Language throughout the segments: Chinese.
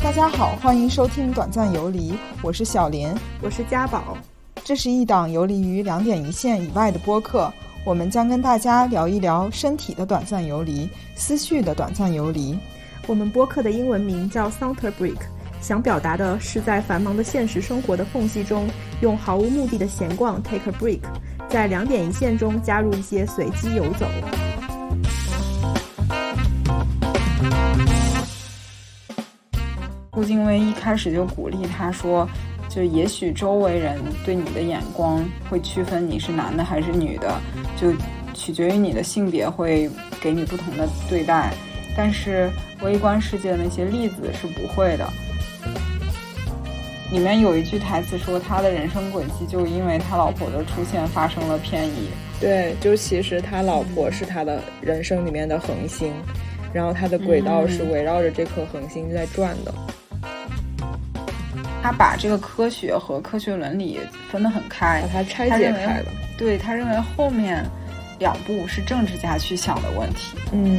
大家好，欢迎收听短暂游离，我是小林， 我是家宝。 这是一档游离于两点一线以外的播客，我们将跟大家聊一聊身体的短暂游离，思绪的短暂游离。 我们播客的英文名叫 Saunter Break， 想表达的是在繁忙的现实生活的缝隙中，用毫无目的的闲逛 take a break， 在两点一线中加入一些随机游走。 顾静薇一开始就鼓励他说，就也许周围人对你的眼光会区分你是男的还是女的，就取决于你的性别会给你不同的对待，但是微观世界的那些例子是不会的。里面有一句台词说，他的人生轨迹就因为他老婆的出现发生了偏移。 对，就其实他老婆是他的人生里面的恒星，然后他的轨道是围绕着这颗恒星在转的。 他把这个科学和科学伦理分得很开， 把它拆解开了。 对，他认为后面两步是政治家去想的问题。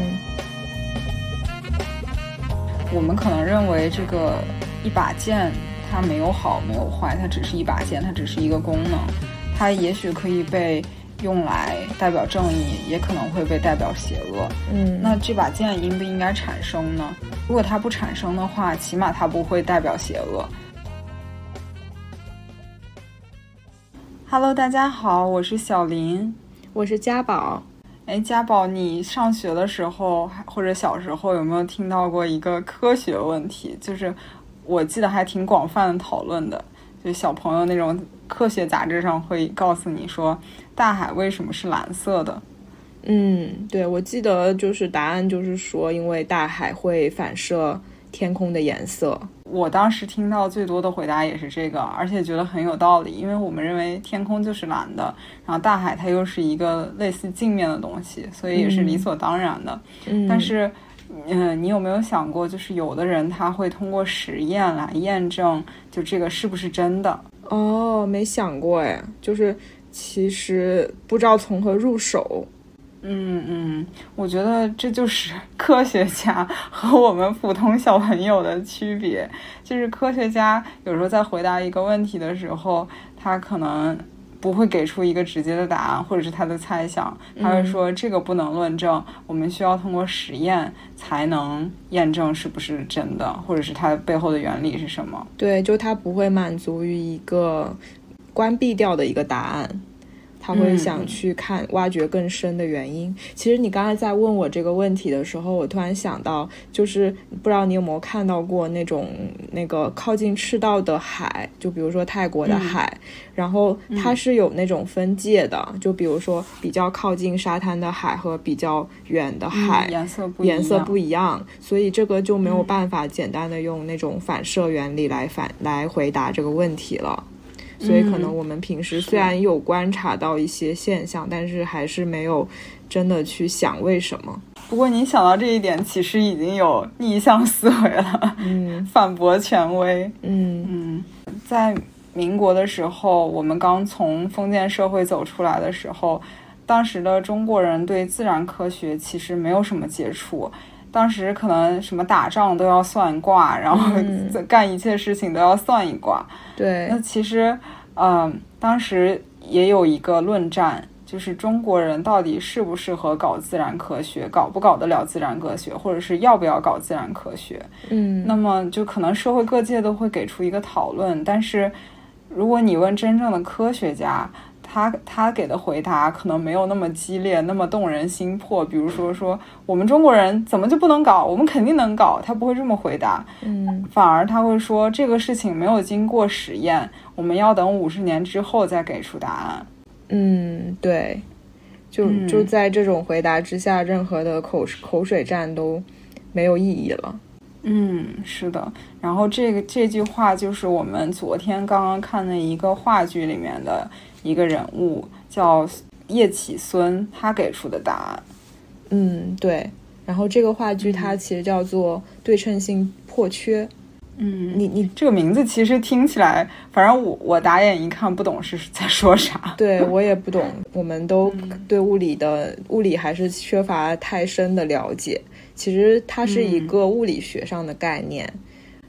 我们可能认为这个一把剑它没有好没有坏，它只是一把剑，它只是一个功能，它也许可以被用来代表正义，也可能会被代表邪恶。那这把剑应不应该产生呢？如果它不产生的话，起码它不会代表邪恶。Hello， 大家好，我是小林， 我是家宝。 家宝，你上学的时候或者小时候有没有听到过一个科学问题？就是我记得还挺广泛的讨论的，就小朋友那种科学杂志上会告诉你说，大海为什么是蓝色的？ 对，我记得就是答案就是说，因为大海会反射天空的颜色。 我当时听到最多的回答也是这个，而且觉得很有道理，因为我们认为天空就是蓝的，然后大海它又是一个类似镜面的东西，所以也是理所当然的。但是你有没有想过，就是有的人他会通过实验来验证就这个是不是真的？ 没想过哎，就是其实不知道从何入手。 我觉得这就是科学家和我们普通小朋友的区别，就是科学家有时候在回答一个问题的时候，他可能不会给出一个直接的答案，或者是他的猜想，他会说这个不能论证，我们需要通过实验才能验证是不是真的，或者是它背后的原理是什么。 对，就他不会满足于一个关闭掉的一个答案，他会想去挖掘更深的原因。其实你刚才在问我这个问题的时候，我突然想到，就是不知道你有没有看到过那个靠近赤道的海，就比如说泰国的海，然后它是有那种分界的，就比如说比较靠近沙滩的海和比较远的海，颜色不一样，所以这个就没有办法简单的用那种反射原理来回答这个问题了。所以可能我们平时虽然有观察到一些现象，但是还是没有真的去想为什么。 不过你想到这一点，其实已经有逆向思维了，反驳权威。在民国的时候，我们刚从封建社会走出来的时候，当时的中国人对自然科学其实没有什么接触，当时可能什么打仗都要算卦，然后干一切事情都要算一卦。 对， 那其实当时也有一个论战，就是中国人到底适不适合搞自然科学，搞不搞得了自然科学，或者是要不要搞自然科学。那么就可能社会各界都会给出一个讨论，但是如果你问真正的科学家，他给的回答可能没有那么激烈，那么动人心魄。比如说我们中国人怎么就不能搞，我们肯定能搞，他不会这么回答。反而他会说这个事情没有经过实验，我们要等50年之后再给出答案。 对，就在这种回答之下，任何的口水战都没有意义了。 是的。然后这句话就是我们昨天刚刚看的一个话剧里面的一个人物，叫叶启孙，他给出的答案。 对。然后这个话剧它其实叫做对称性破缺。 你这个名字其实听起来，反正我打眼一看不懂是在说啥。 对，我也不懂，我们都对物理还是缺乏太深的了解。其实它是一个物理学上的概念，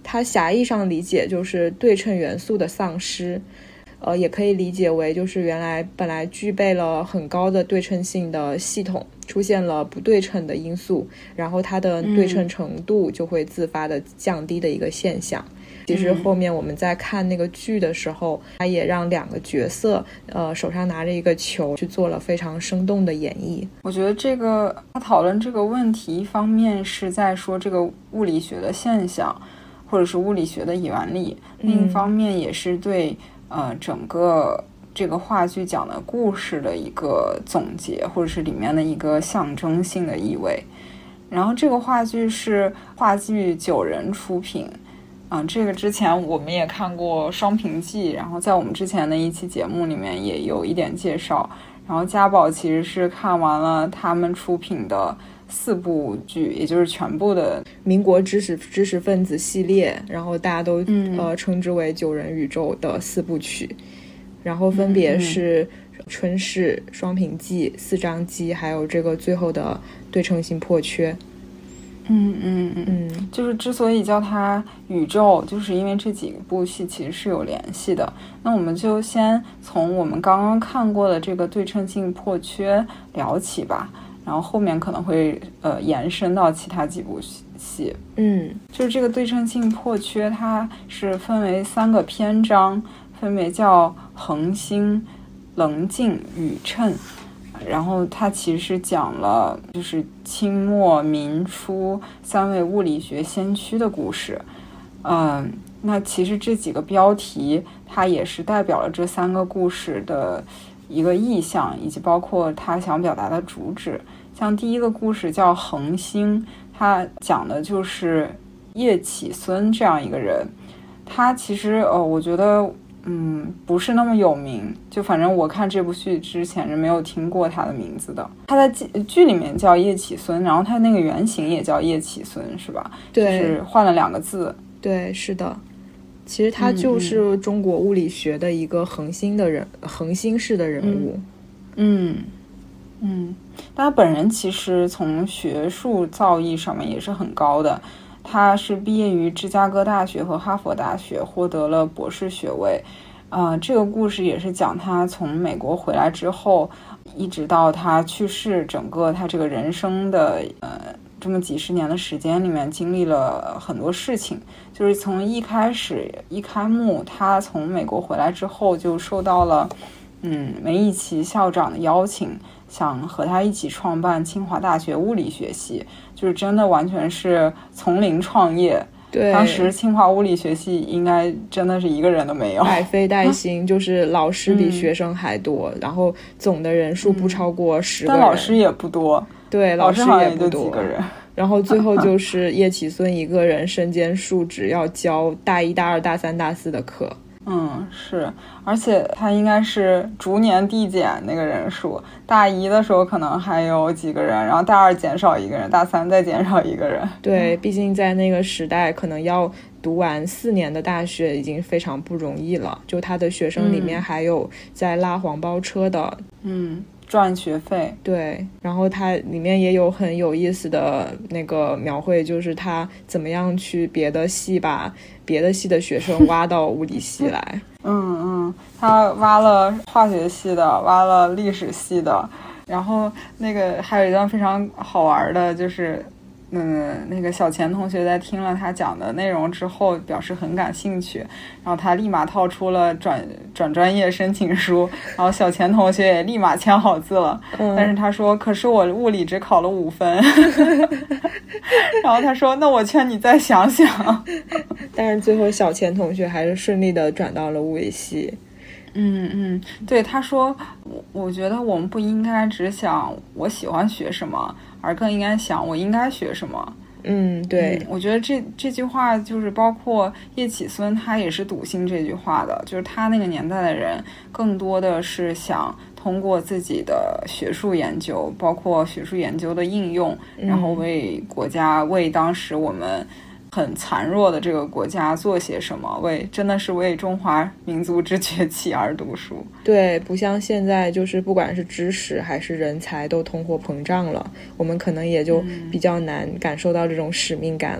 它狭义上理解就是对称元素的丧失，也可以理解为就是原来本来具备了很高的对称性的系统出现了不对称的因素，然后它的对称程度就会自发的降低的一个现象。其实后面我们在看那个剧的时候，他也让两个角色手上拿着一个球去做了非常生动的演绎。 我觉得这个他讨论这个问题，一方面是在说这个物理学的现象或者是物理学的原理，另一方面也是对整个这个话剧讲的故事的一个总结，或者是里面的一个象征性的意味。然后这个话剧是话剧9人出品，这个之前我们也看过《双屏记》，然后在我们之前的一期节目里面也有一点介绍。然后家宝其实是看完了他们出品的4部剧，也就是全部的民国知识分子系列，然后大家都称之为9人宇宙的4部曲，然后分别是春逝、双屏记、4张机，还有这个最后的对称性破缺。 就是之所以叫它宇宙，就是因为这几部戏其实是有联系的。那我们就先从我们刚刚看过的这个对称性破缺聊起吧，然后后面可能会延伸到其他几部戏。就是这个对称性破缺，它是分为3个篇章，分别叫恒星、棱镜、宇称。然后它其实是讲了就是清末民初3位物理学先驱的故事。那其实这几个标题它也是代表了这3个故事的一个意象，以及包括他想表达的主旨。像第一个故事叫恒星，它讲的就是叶启孙这样一个人。他其实我觉得不是那么有名，就反正我看这部剧之前是没有听过他的名字的。他在剧里面叫叶启孙，然后他那个原型也叫叶启孙，是吧？ 对， 就是换了2个字。 对，是的。其实他就是中国物理学的一个恒星式的人物。 他本人其实从学术造诣上面也是很高的。他是毕业于芝加哥大学和哈佛大学，获得了博士学位。这个故事也是讲他从美国回来之后，一直到他去世，整个他这个人生的这么几十年的时间里面，经历了很多事情。就是从一开幕，他从美国回来之后，就受到了梅贻琦校长的邀请，想和他一起创办清华大学物理学系，就是真的完全是从零创业。 对， 当时清华物理学系应该真的是一个人都没有， 百废待兴，就是老师比学生还多，然后总的人数不超过10个人， 但老师也不多。 对，老师也不多， 几个人。 然后最后就是叶启孙一个人身兼数职，要教大1、大2、大3、大4的课。 是，而且他应该是逐年递减那个人数，大1的时候可能还有几个人，然后大2减少1个人，大3再减少1个人。 对，毕竟在那个时代，可能要读完4年的大学已经非常不容易了。就他的学生里面还有在拉黄包车的， 赚学费。 对，然后它里面也有很有意思的那个描绘，就是他怎么样去别的系把别的系的学生挖到物理系来。 他挖了化学系的，挖了历史系的，然后那个还有一段非常好玩的，就是那个小钱同学在听了他讲的内容之后表示很感兴趣，然后他立马套出了转专业申请书，然后小钱同学也立马签好字了。但是他说可是我物理只考了5分。然后他说那我劝你再想想。 但是最后小钱同学还是顺利的转到了物理系。 对，他说我觉得我们不应该只想我喜欢学什么，而更应该想我应该学什么。 对， 我觉得这句话就是包括叶启孙他也是笃信这句话的，就是他那个年代的人更多的是想通过自己的学术研究，包括学术研究的应用，然后为国家为当时我们很残弱的这个国家做些什么，真的是为中华民族之崛起而读书。 对，不像现在就是不管是知识还是人才都通货膨胀了，我们可能也就比较难感受到这种使命感了。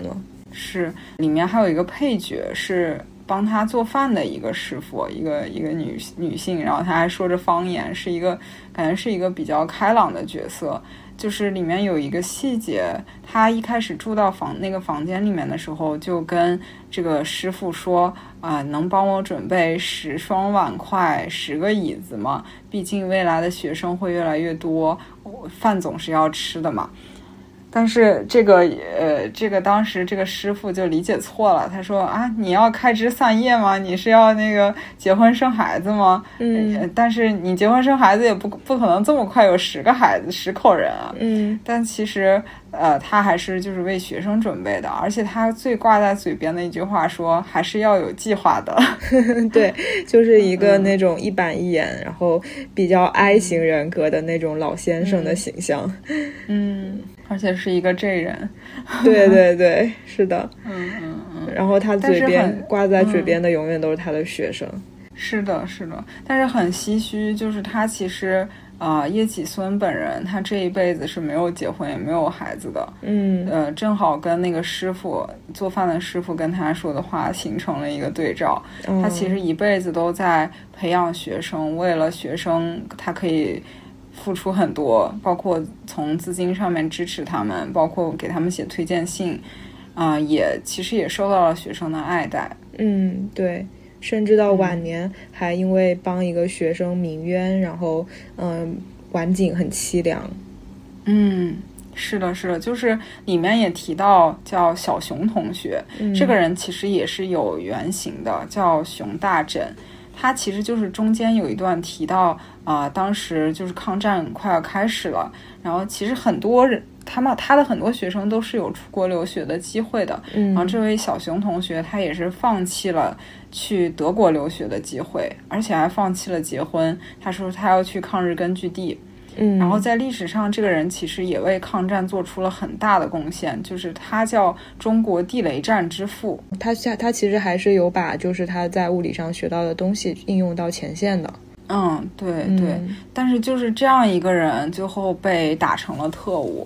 是，里面还有一个配角是帮他做饭的一个师傅，一个女性，然后她还说着方言，感觉是一个比较开朗的角色。就是里面有一个细节，他一开始住到那个房间里面的时候，就跟这个师傅说能帮我准备10双碗筷10个椅子吗？毕竟未来的学生会越来越多，饭总是要吃的嘛。但是这个当时这个师傅就理解错了，他说你要开枝散叶吗？你是要那个结婚生孩子吗？但是你结婚生孩子也不可能这么快有10个孩子10口人啊。但其实他还是就是为学生准备的，而且他最挂在嘴边的一句话说还是要有计划的。 对，就是一个那种一板一眼，然后比较 I 型人格的那种老先生的形象。 而且是一个 J 人。 对对对，是的。然后他嘴边挂在嘴边的永远都是他的学生。 是的，是的。但是很唏嘘，就是他其实叶启孙本人他这一辈子是没有结婚也没有孩子的。正好跟那个师傅做饭的师傅跟他说的话形成了一个对照。他其实一辈子都在培养学生，为了学生他可以付出很多，包括从资金上面支持他们，包括给他们写推荐信，其实也受到了学生的爱戴。 对，甚至到晚年还因为帮一个学生鸣冤，然后晚景很凄凉。 是的，是的，就是里面也提到叫小熊同学，这个人其实也是有原型的，叫熊大枕。他其实就是中间有一段提到当时就是抗战快要开始了，然后其实很多人他的很多学生都是有出国留学的机会的。然后这位小熊同学他也是放弃了去德国留学的机会，而且还放弃了结婚。他说他要去抗日根据地。然后在历史上这个人其实也为抗战做出了很大的贡献，就是他叫中国地雷战之父。 他其实还是有把就是他在物理上学到的东西应用到前线的。 对对。但是就是这样一个人最后被打成了特务。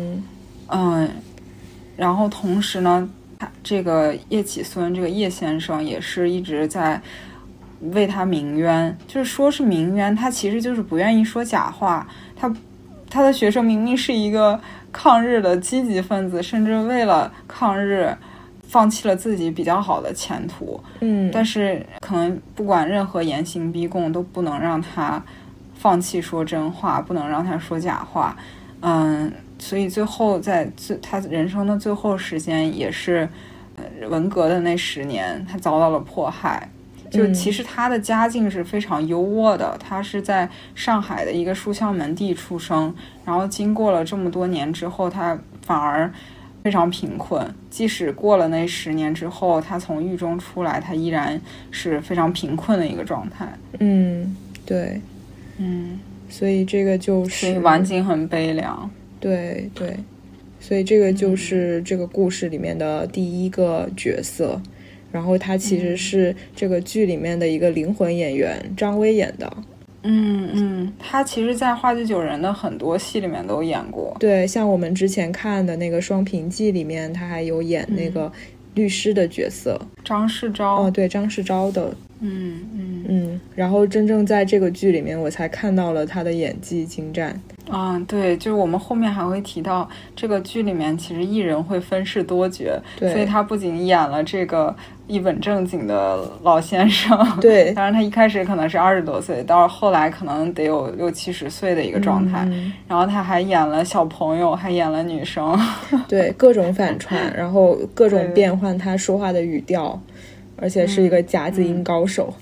然后同时呢，这个叶启孙这个叶先生也是一直在为他鸣冤，就是说是鸣冤，他其实就是不愿意说假话。他的学生明明是一个抗日的积极分子，甚至为了抗日放弃了自己比较好的前途。但是可能不管任何严刑逼供都不能让他放弃说真话，不能让他说假话。所以最后他人生的最后时间也是文革的那10年，他遭到了迫害。就其实他的家境是非常优渥的，他是在上海的一个书香门第出生，然后经过了这么多年之后，他反而非常贫困。即使过了那10年之后，他从狱中出来，他依然是非常贫困的一个状态。 对。所以这个就是所以晚景很悲凉。 对对，所以这个就是这个故事里面的第一个角色。然后他其实是这个剧里面的一个灵魂演员，张薇演的。 他其实在话剧九人的很多戏里面都演过。 对，像我们之前看的那个双屏记里面，他还有演那个律师的角色， 张世钊。 对，张世钊的。然后真正在这个剧里面我才看到了他的演技精湛。 对，就是我们后面还会提到这个剧里面其实艺人会分饰多角，所以他不仅演了这个一本正经的老先生， 对， 当然他一开始可能是20多岁，到后来可能得有60、70岁的一个状态。然后他还演了小朋友，还演了女生。 对，各种反串，然后各种变换他说话的语调，而且是一个夹子音高手。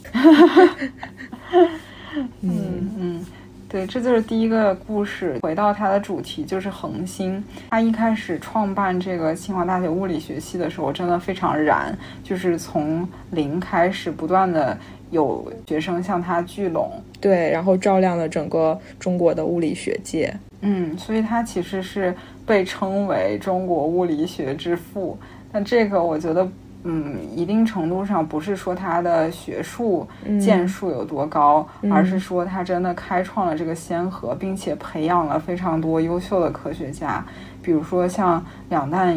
对，这就是第一个故事。回到它的主题，就是恒星。他一开始创办这个清华大学物理学系的时候真的非常燃，就是从零开始不断的有学生向他聚拢。 对，然后照亮了整个中国的物理学界。 所以他其实是被称为中国物理学之父。但这个我觉得一定程度上不是说他的学术建树有多高，而是说他真的开创了这个先河，并且培养了非常多优秀的科学家。比如说像两弹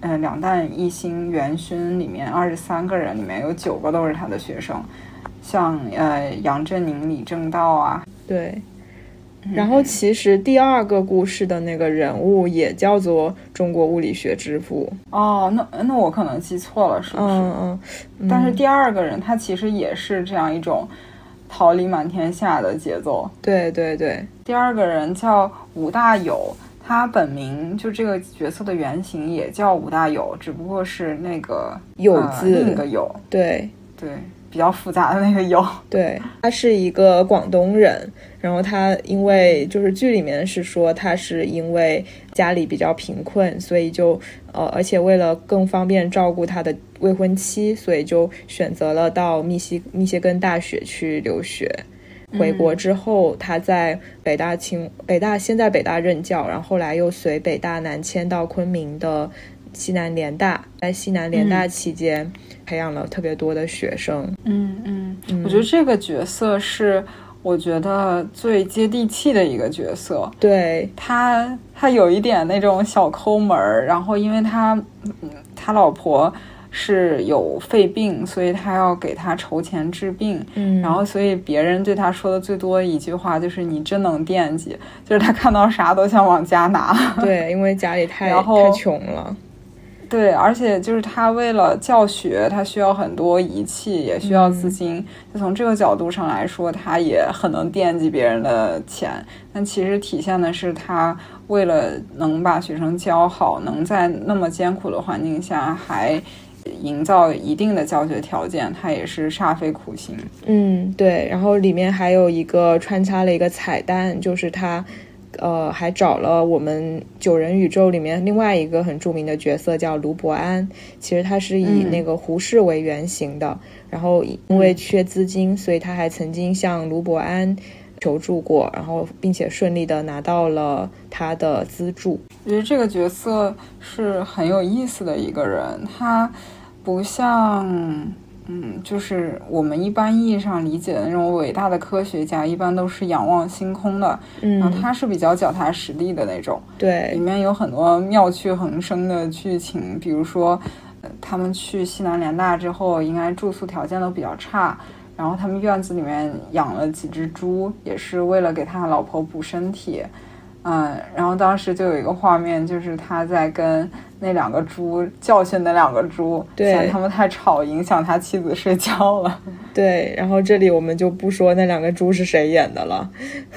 两弹一星元勋里面23个人里面有9个都是他的学生，像杨振宁、李政道啊。 对，然后其实第2个故事的那个人物也叫做中国物理学之父。 哦，那我可能记错了，是不是？但是第2个人他其实也是这样一种桃李满天下的节奏。 对对对， 第2个人叫吴大有，他本名就这个角色的原型也叫吴大有，只不过是那个有字另一个有。 对对，比较复杂的那个有。 对，他是一个广东人，然后他因为就是剧里面是说他是因为家里比较贫困，所以就而且为了更方便照顾他的未婚妻，所以就选择了到密歇根大学去留学。回国之后，他在先在北大任教，然后后来又随北大南迁到昆明的西南联大，在西南联大期间培养了特别多的学生。 我觉得这个角色是我觉得最接地气的一个角色。 对， 他有一点那种小抠门，然后因为他老婆是有肺病，所以他要给他筹钱治病。然后所以别人对他说的最多的一句话就是你真能惦记，就是他看到啥都想往家拿。 对，因为家里太穷了。 对，而且就是他为了教学他需要很多仪器，也需要资金，就从这个角度上来说他也很能惦记别人的钱。但其实体现的是他为了能把学生教好，能在那么艰苦的环境下还营造一定的教学条件，他也是煞费苦心。 对，然后里面还有一个穿插了一个彩蛋，就是他还找了我们9人宇宙里面另外一个很著名的角色叫卢伯安，其实他是以那个胡适为原型的，然后因为缺资金，所以他还曾经向卢伯安求助过，然后并且顺利的拿到了他的资助。 我觉得这个角色是很有意思的一个人，他不像就是我们一般意义上理解的那种伟大的科学家，一般都是仰望星空的，然后他是比较脚踏实地的那种。 对， 里面有很多妙趣横生的剧情，比如说他们去西南联大之后，应该住宿条件都比较差，然后他们院子里面养了几只猪，也是为了给他老婆补身体。然后当时就有一个画面，就是他在跟那2个猪教训那2个猪，嫌他们太吵，影响他妻子睡觉了。 对，然后这里我们就不说那2个猪是谁演的了，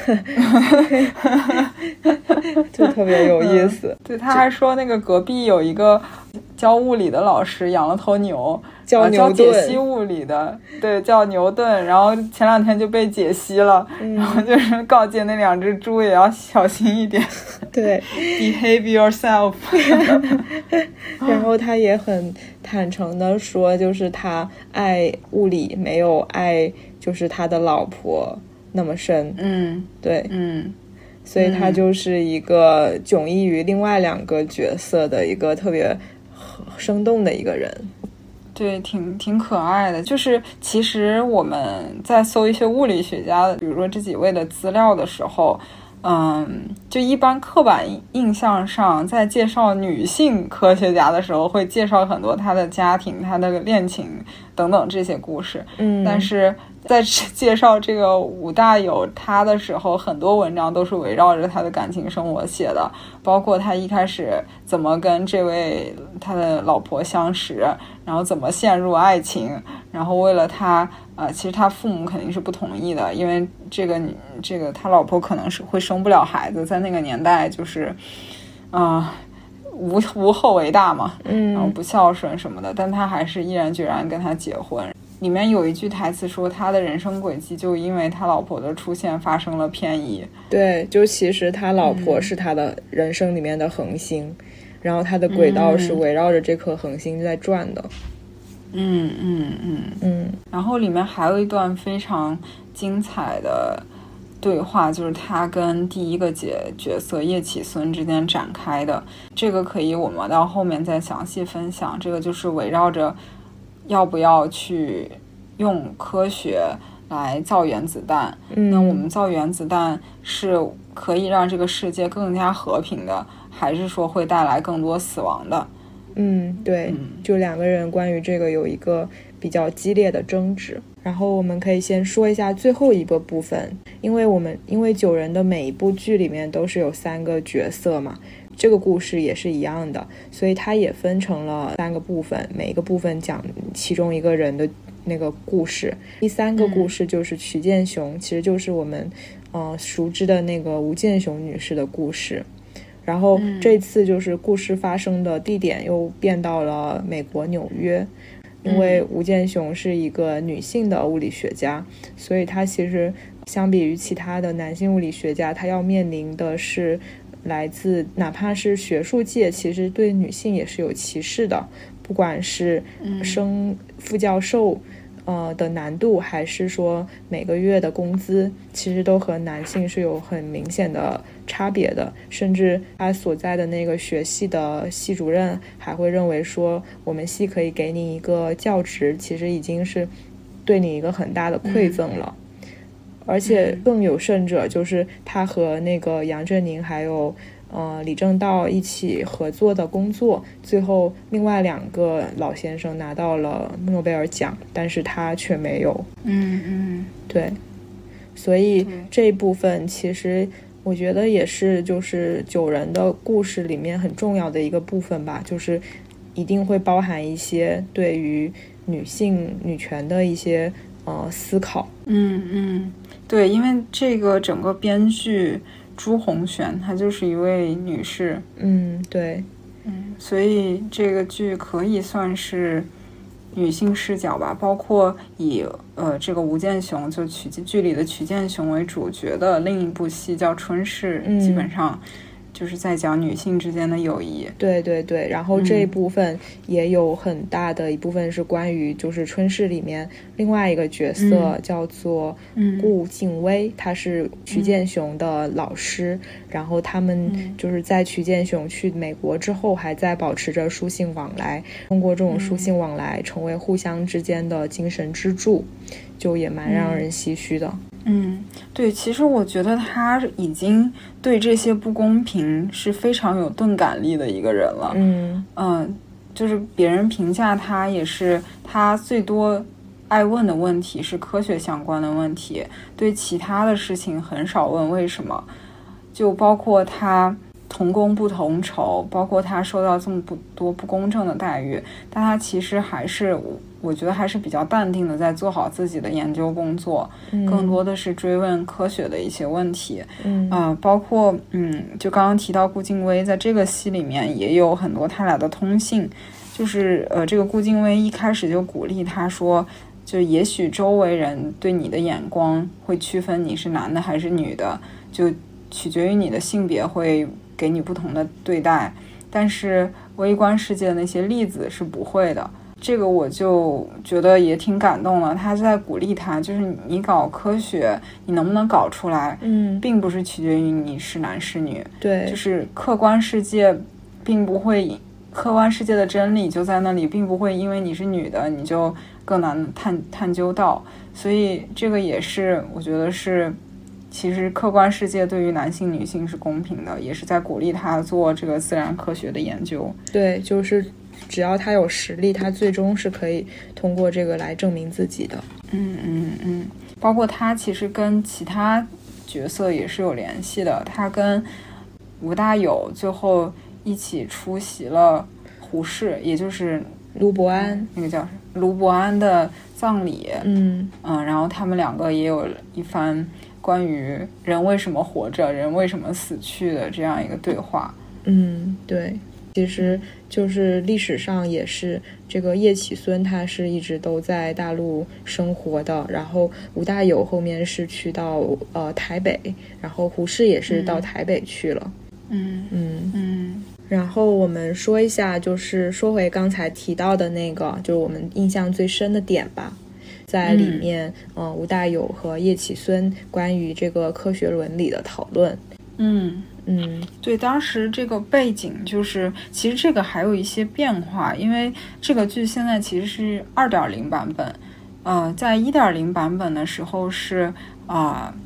就特别有意思。 对，他还说那个隔壁有一个教物理的老师养了头牛， 叫牛顿， 教解析物理的，对，叫牛顿，然后前2天就被解析了，然后就是告诫那2只猪也要小心一点。 对 ，behave yourself。 然后他也很坦诚的说，就是他爱物理没有爱就是他的老婆那么深。对，所以他就是一个迥异于另外2个角色的一个特别生动的一个人。 对，挺可爱的。就是其实我们在搜一些物理学家的，比如说这几位的资料的时候，就一般刻板印象上，在介绍女性科学家的时候，会介绍很多她的家庭、她的恋情等等这些故事。但是在介绍这个吴大有他的时候，很多文章都是围绕着他的感情生活写的，包括他一开始怎么跟这位他的老婆相识，然后怎么陷入爱情，然后为了他其实他父母肯定是不同意的，因为这个他老婆可能是会生不了孩子，在那个年代就是无后为大嘛，然后不孝顺什么的，但他还是毅然决然跟他结婚。里面有一句台词说他的人生轨迹就因为他老婆的出现发生了偏移。 对，就其实他老婆是他的人生里面的恒星，然后他的轨道是围绕着这颗恒星在转的。 然后里面还有一段非常精彩的对话，就是他跟第一个角色叶启孙之间展开的，这个可以我们到后面再详细分享。这个就是围绕着要不要去用科学来造原子弹，那我们造原子弹是可以让这个世界更加和平的，还是说会带来更多死亡的？ 对，就两个人关于这个有一个比较激烈的争执。然后我们可以先说一下最后一个部分，因为九人的每一部剧里面都是有3个角色嘛，这个故事也是一样的，所以它也分成了3个部分，每一个部分讲其中一个人的那个故事。第3个故事就是曲建雄，其实就是我们熟知的那个吴健雄女士的故事。然后这次就是故事发生的地点又变到了美国纽约，因为吴健雄是一个女性的物理学家，所以她其实相比于其他的男性物理学家，她要面临的是来自哪怕是学术界其实对女性也是有歧视的，不管是升副教授的难度，还是说每个月的工资，其实都和男性是有很明显的差别的。甚至他所在的那个学系的系主任还会认为说，我们系可以给你一个教职，其实已经是对你一个很大的馈赠了。而且更有甚者，就是他和那个杨振宁还有李政道一起合作的工作，最后另外2个老先生拿到了诺贝尔奖，但是他却没有。对，所以这一部分其实我觉得也是就是9人的故事里面很重要的一个部分吧，就是一定会包含一些对于女性女权的一些思考。 对，因为这个整个编剧朱红璇她就是一位女士。 对， 所以这个剧可以算是女性视角吧，包括以这个吴健雄就剧里的曲建雄为主角的另一部戏叫《春逝》，基本上就是在讲女性之间的友谊。 对对对，然后这一部分也有很大的一部分是关于就是春逝里面另外一个角色叫做顾静薇，他是曲建雄的老师，然后他们就是在曲建雄去美国之后还在保持着书信往来，通过这种书信往来成为互相之间的精神支柱，就也蛮让人唏嘘的。 对，其实我觉得他已经对这些不公平是非常有钝感力的一个人了。就是别人评价他也是，他最多爱问的问题是科学相关的问题，对其他的事情很少问为什么，就包括他同工不同酬，包括他受到这么多不公正的待遇，但他其实还是我觉得还是比较淡定的在做好自己的研究工作，更多的是追问科学的一些问题。包括就刚刚提到顾静薇在这个戏里面也有很多他俩的通信，就是这个顾静薇一开始就鼓励他说，就也许周围人对你的眼光会区分你是男的还是女的，就取决于你的性别会给你不同的对待，但是微观世界的那些粒子是不会的。这个我就觉得也挺感动了，他在鼓励他，就是你搞科学你能不能搞出来并不是取决于你是男是女， 对， 就是客观世界并不会，客观世界的真理就在那里，并不会因为你是女的你就更难探究到。所以这个也是我觉得是其实客观世界对于男性女性是公平的，也是在鼓励他做这个自然科学的研究。 对，就是只要他有实力，他最终是可以通过这个来证明自己的。 包括他其实跟其他角色也是有联系的，他跟吴大有最后一起出席了胡适，也就是卢伯安， 那个叫卢伯安的葬礼。然后他们2个也有一番关于人为什么活着，人为什么死去的这样一个对话。 对，其实就是历史上也是这个叶启孙他是一直都在大陆生活的，然后吴大有后面是去到台北，然后胡适也是到台北去了。然后我们说一下，就是说回刚才提到的那个就是我们印象最深的点吧，在里面吴大有和叶启孙关于这个科学伦理的讨论。 对，当时这个背景就是其实这个还有一些变化，因为这个剧现在其实是 2.0 版本，在 1.0 版本的时候是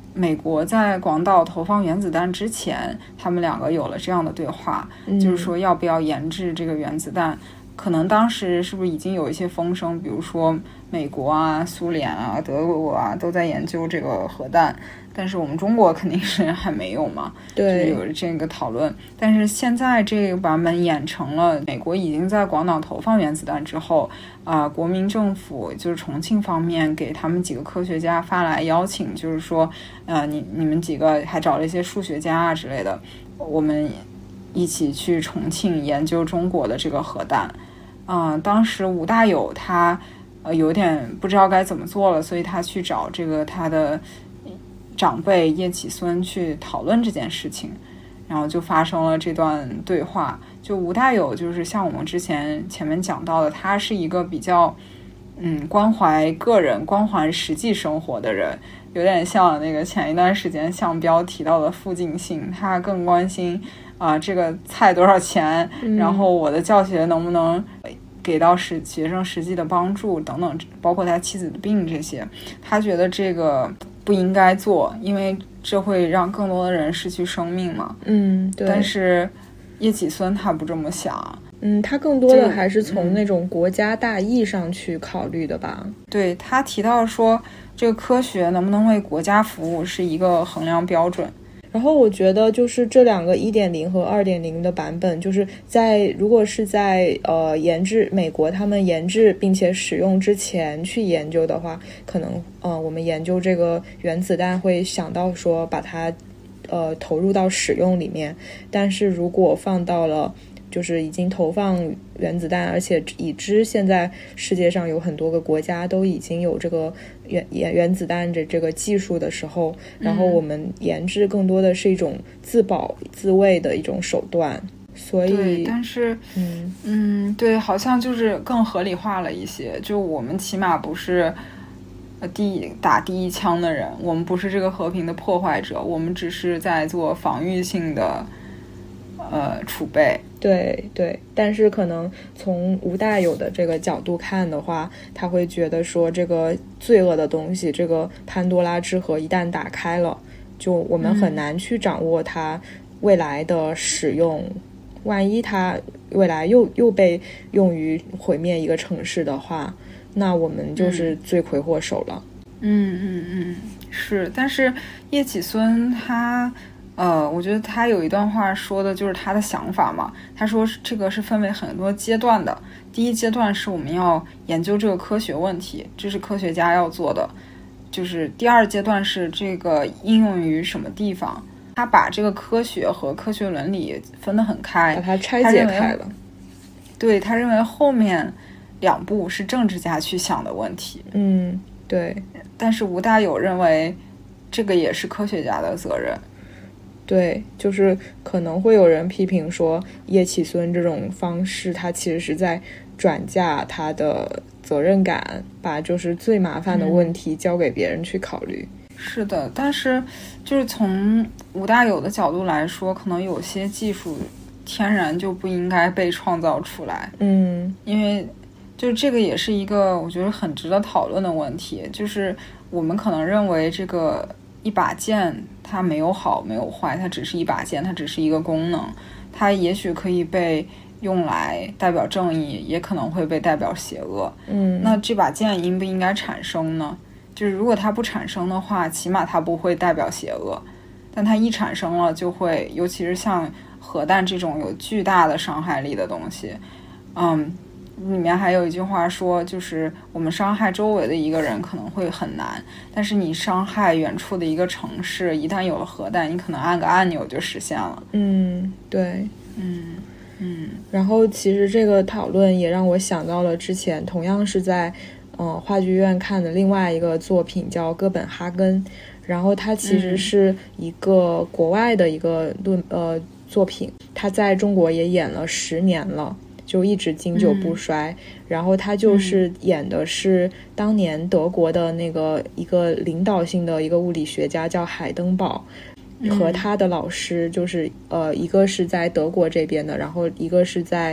美国在广岛投放原子弹之前，他们两个有了这样的对话，就是说要不要研制这个原子弹。可能当时是不是已经有一些风声，比如说美国啊、苏联啊、德国啊都在研究这个核弹，但是我们中国肯定是还没有嘛， 对， 就是有这个讨论。但是现在这个版本演成了美国已经在广岛投放原子弹之后，国民政府就是重庆方面给他们几个科学家发来邀请，就是说，你们几个还找了一些数学家啊之类的，我们一起去重庆研究中国的这个核弹。当时吴大有他有点不知道该怎么做了，所以他去找这个他的长辈叶企孙去讨论这件事情，然后就发生了这段对话。就吴大有就是像我们前面讲到的，他是一个比较关怀个人、关怀实际生活的人，有点像那个前一段时间向彪提到的傅敬信，他更关心这个菜多少钱，然后我的教学能不能给到学生实际的帮助等等，包括他妻子的病这些，他觉得这个不应该做，因为这会让更多的人失去生命嘛。 对。 但是叶企孙他不这么想， 他更多的还是从那种国家大义上去考虑的吧。 对，他提到说这个科学能不能为国家服务是一个衡量标准。 然后我觉得就是这两个 1.0 和 2.0 的版本，就是如果是在研制美国他们研制并且使用之前去研究的话，可能我们研究这个原子弹会想到说把它投入到使用里面，但是如果放到了就是已经投放原子弹，而且已知现在世界上有很多个国家都已经有这个原子弹的这个技术的时候，然后我们研制更多的是一种自保自卫的一种手段。所以对，但是对，好像就是更合理化了一些，就我们起码不是打第一枪的人，我们不是这个和平的破坏者，我们只是在做防御性的储备。 对对，但是可能从吴大有的这个角度看的话，他会觉得说这个罪恶的东西，这个潘多拉之盒一旦打开了，就我们很难去掌握它未来的使用，万一它未来又被用于毁灭一个城市的话，那我们就是罪魁祸首了。 是，但是叶企孙他我觉得他有一段话说的就是他的想法嘛。他说这个是分为很多阶段的，第一阶段是我们要研究这个科学问题，这是科学家要做的，就是第二阶段是这个应用于什么地方。他把这个科学和科学伦理分得很开， 把它拆解开了。 对，他认为后面2步是政治家去想的问题。 对。 但是吴大有认为这个也是科学家的责任。 对，就是可能会有人批评说叶企孙这种方式他其实是在转嫁他的责任感，把就是最麻烦的问题交给别人去考虑。 是的，但是就是从吴大有的角度来说，可能有些技术天然就不应该被创造出来。因为就这个也是一个我觉得很值得讨论的问题，就是我们可能认为这个一把剑它没有好没有坏，它只是一把剑，它只是一个功能，它也许可以被用来代表正义，也可能会被代表邪恶。那这把剑应不应该产生呢？就是如果它不产生的话，起码它不会代表邪恶，但它一产生了就会，尤其是像核弹这种有巨大的伤害力的东西，里面还有一句话说，就是我们伤害周围的一个人可能会很难，但是你伤害远处的一个城市，一旦有了核弹，你可能按个按钮就实现了。 对。然后其实这个讨论也让我想到了之前同样是在话剧院看的另外一个作品叫《哥本哈根》，然后它其实是一个国外的一个作品，它在中国也演了10年了，就一直经久不衰。然后他就是演的是当年德国的那个一个领导性的一个物理学家叫海登堡，和他的老师就是一个是在德国这边的，然后一个是在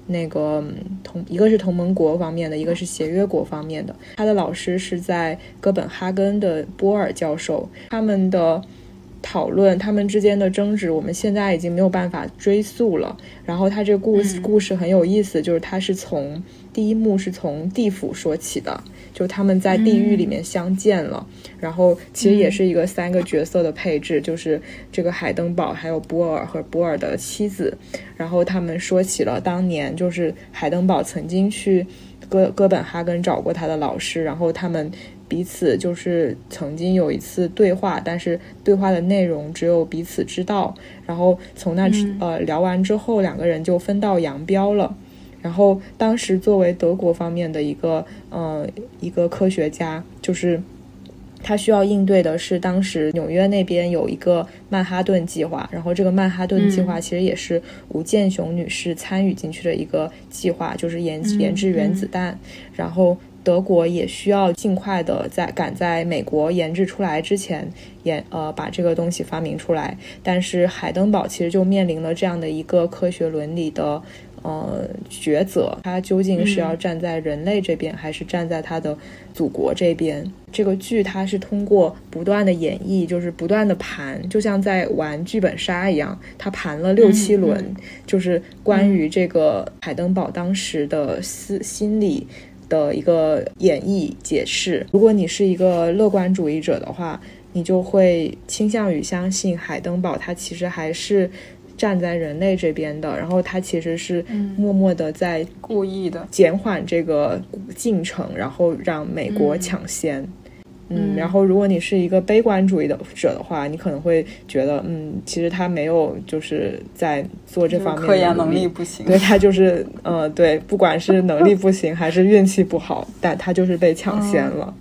那个一个是同盟国方面的，一个是协约国方面的。他的老师是在哥本哈根的波尔教授，他们的讨论，他们之间的争执，我们现在已经没有办法追溯了。然后他这个故事很有意思，就是他是从第一幕是从地府说起的，就他们在地狱里面相见了。然后其实也是一个3个角色的配置，就是这个海登堡还有波尔和波尔的妻子。然后他们说起了当年就是海登堡曾经去哥本哈根找过他的老师，然后他们彼此就是曾经有一次对话，但是对话的内容只有彼此知道。然后从那聊完之后，2个人就分道扬镳了。然后当时作为德国方面的一个科学家，就是他需要应对的是当时纽约那边有一个曼哈顿计划，然后这个曼哈顿计划其实也是吴健雄女士参与进去的一个计划，就是研制原子弹。然后德国也需要尽快的赶在美国研制出来之前把这个东西发明出来。但是海登堡其实就面临了这样的一个科学伦理的抉择，他究竟是要站在人类这边，还是站在他的祖国这边。这个剧它是通过不断的演绎，就是不断的盘，就像在玩剧本杀一样，他盘了6、7轮，就是关于这个海登堡当时的心理的一个演绎解释。如果你是一个乐观主义者的话，你就会倾向于相信海登堡他其实还是站在人类这边的，然后他其实是默默的在故意的减缓这个进程，然后让美国抢先。然后如果你是一个悲观主义者的话，你可能会觉得其实他没有就是在做这方面的科研能力不行， 对，他就是对，不管是能力不行还是运气不好，但他就是被抢先了。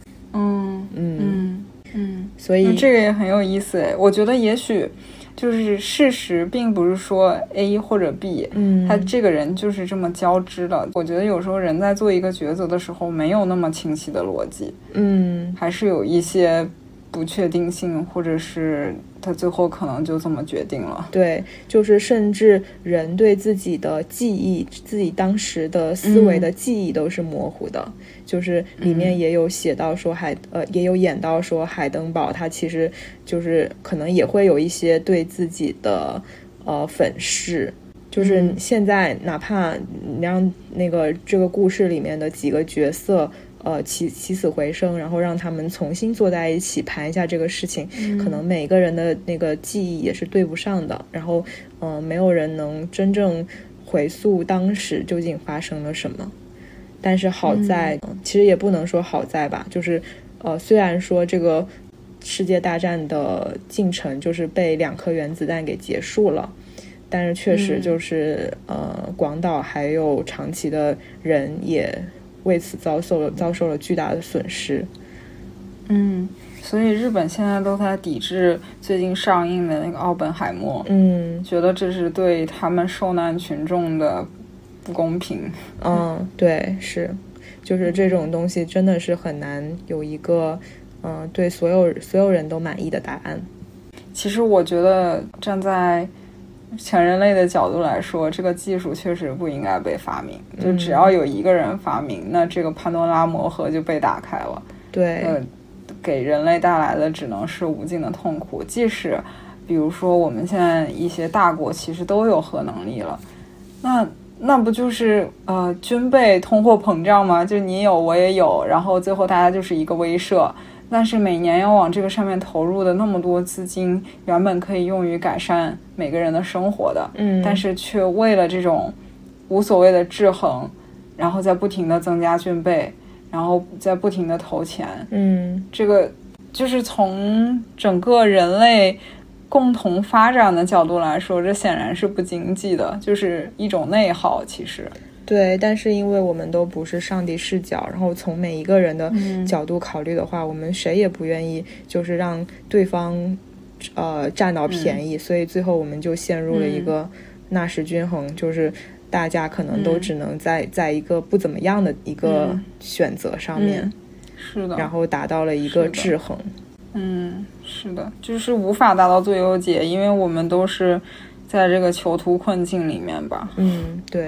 所以这个也很有意思。我觉得也许就是事实并不是说 A 或者 B， 他这个人就是这么交织的。我觉得有时候人在做一个抉择的时候没有那么清晰的逻辑，还是有一些不确定性，或者是他最后可能就这么决定了。 对，就是甚至人对自己的记忆，自己当时的思维的记忆都是模糊的。就是里面也有写到说也有演到说海登堡他其实就是可能也会有一些对自己的粉饰。就是现在哪怕你让这个故事里面的几个角色起死回生，然后让他们重新坐在一起盘一下这个事情，可能每个人的那个记忆也是对不上的，然后没有人能真正回溯当时究竟发生了什么。但是好在其实也不能说好在吧，就是虽然说这个世界大战的进程就是被2颗原子弹给结束了，但是确实就是广岛还有长崎的人也为此遭受了巨大的损失。 所以日本现在都在抵制最近上映的那个奥本海默，觉得这是对他们受难群众的不公平。 对，是，就是这种东西真的是很难有一个对所有人都满意的答案。 其实我觉得站在全人类的角度来说，这个技术确实不应该被发明，就只要有一个人发明，那这个潘多拉魔盒就被打开了。 对， 给人类带来的只能是无尽的痛苦。即使比如说我们现在一些大国其实都有核能力了，那不就是军备通货膨胀吗？就你有我也有，然后最后大家就是一个威慑。但是每年要往这个上面投入的那么多资金，原本可以用于改善每个人的生活的，但是却为了这种无所谓的制衡，然后在不停的增加军备，然后在不停的投钱。这个就是从整个人类共同发展的角度来说，这显然是不经济的，就是一种内耗。其实对，但是因为我们都不是上帝视角，然后从每一个人的角度考虑的话，我们谁也不愿意就是让对方占到便宜，所以最后我们就陷入了一个纳什均衡，就是大家可能都只能在一个不怎么样的一个选择上面， 是的， 然后达到了一个制衡。 是的，就是无法达到最优解，因为我们都是在这个囚徒困境里面吧。 对，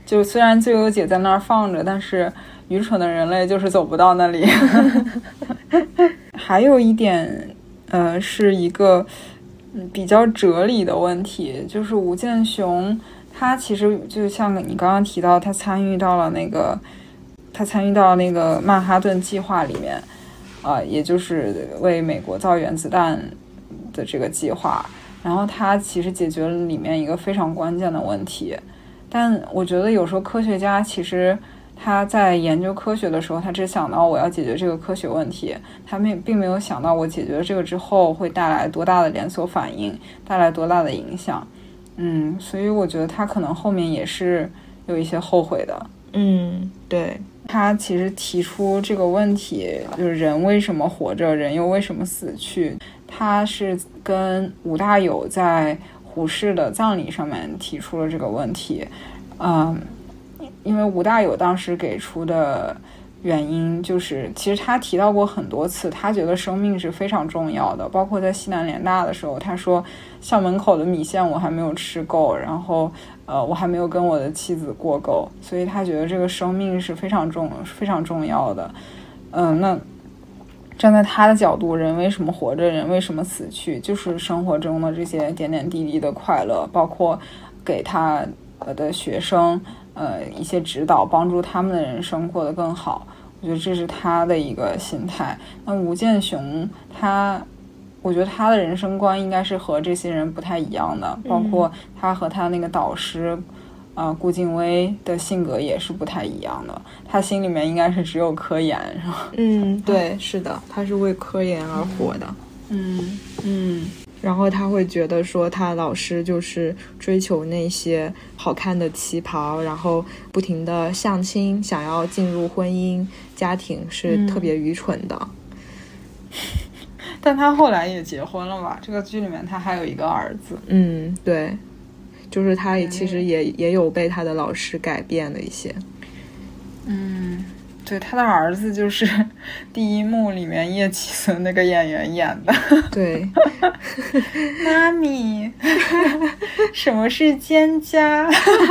就虽然自由解在那儿放着，但是愚蠢的人类就是走不到那里。还有一点是一个比较哲理的问题，就是吴健雄他其实就像你刚刚提到，他参与到了那个曼哈顿计划里面，也就是为美国造原子弹的这个计划，然后他其实解决了里面一个非常关键的问题。但我觉得有时候科学家其实他在研究科学的时候，他只想到我要解决这个科学问题，他并没有想到我解决了这个之后会带来多大的连锁反应，带来多大的影响。所以我觉得他可能后面也是有一些后悔的。 对， 他其实提出这个问题，就是人为什么活着，人又为什么死去，他是跟吴大猷在胡适的葬礼上面提出了这个问题。因为吴大猷当时给出的原因就是，其实他提到过很多次，他觉得生命是非常重要的，包括在西南联大的时候，他说校门口的米线我还没有吃够，然后我还没有跟我的妻子过够，所以他觉得这个生命是非常重要的。那站在他的角度，人为什么活着，人为什么死去，就是生活中的这些点点滴滴的快乐，包括给他的学生一些指导，帮助他们的人生过得更好。我觉得这是他的一个心态。那吴健雄我觉得他的人生观应该是和这些人不太一样的，包括他和他那个导师顾静薇的性格也是不太一样的。他心里面应该是只有科研，是吧？ 对，是的，他是为科研而活的。然后他会觉得说他老师就是追求那些好看的旗袍，然后不停的相亲，想要进入婚姻家庭，是特别愚蠢的。 但他后来也结婚了吧？这个剧里面他还有一个儿子。 对，就是他其实也有被他的老师改变了一些。 对，他的儿子就是第一幕里面叶启存那个演员演的。 对。 妈咪，什么是蒹葭？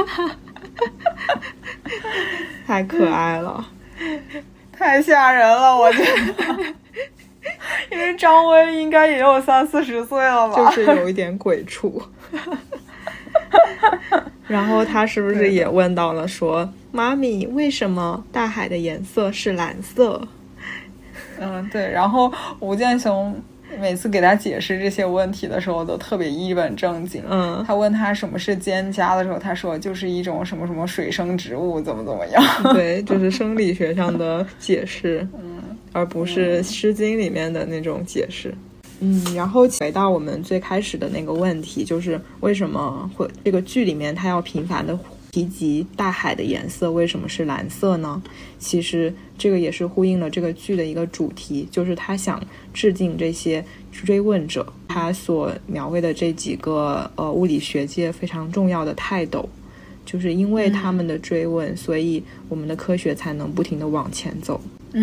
太可爱了， 太吓人了，我觉得。因为张威应该也有30-40岁了吧， 就是有一点鬼畜。然后他是不是也问到了说，妈咪，为什么大海的颜色是蓝色？ 对。然后吴健雄每次给他解释这些问题的时候都特别一本正经。他问他什么是蒹葭的时候，他说就是一种什么什么水生植物，怎么样。 对，就是生理学上的解释。而不是诗经里面的那种解释。然后回到我们最开始的那个问题，就是为什么会这个剧里面它要频繁的提及大海的颜色为什么是蓝色呢？其实这个也是呼应了这个剧的一个主题，就是他想致敬这些追问者，他所描绘的这几个物理学界非常重要的泰斗，就是因为他们的追问，所以我们的科学才能不停地往前走。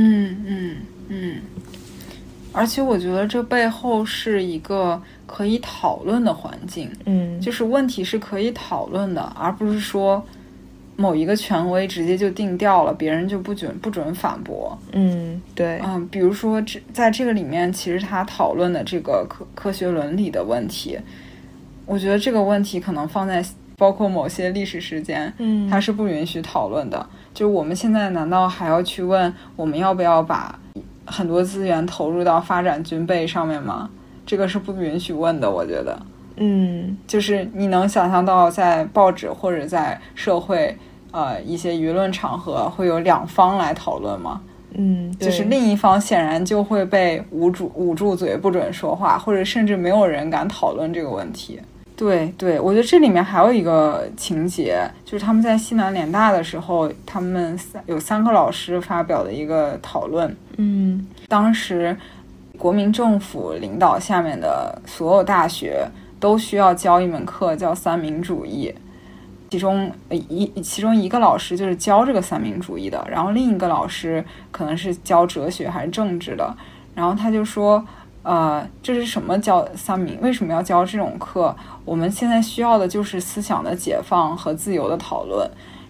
而且我觉得这背后是一个可以讨论的环境。就是问题是可以讨论的，而不是说某一个权威直接就定调了，别人就不准反驳。 对。 比如说在这个里面，其实他讨论的这个科学伦理的问题，我觉得这个问题可能放在包括某些历史事件，它是不允许讨论的。就是我们现在难道还要去问我们要不要把很多资源投入到发展军备上面吗？这个是不允许问的，我觉得。就是你能想象到在报纸或者在社会一些舆论场合会有两方来讨论吗？就是另一方显然就会被捂住嘴不准说话，或者甚至没有人敢讨论这个问题。对，我觉得这里面还有一个情节，就是他们在西南联大的时候，他们有3个老师发表的一个讨论。当时国民政府领导下面的所有大学都需要教一门课叫三民主义，其中一个老师就是教这个三民主义的，然后另一个老师可能是教哲学还是政治的，然后他就说这是什么教三民？为什么要教这种课？我们现在需要的就是思想的解放和自由的讨论。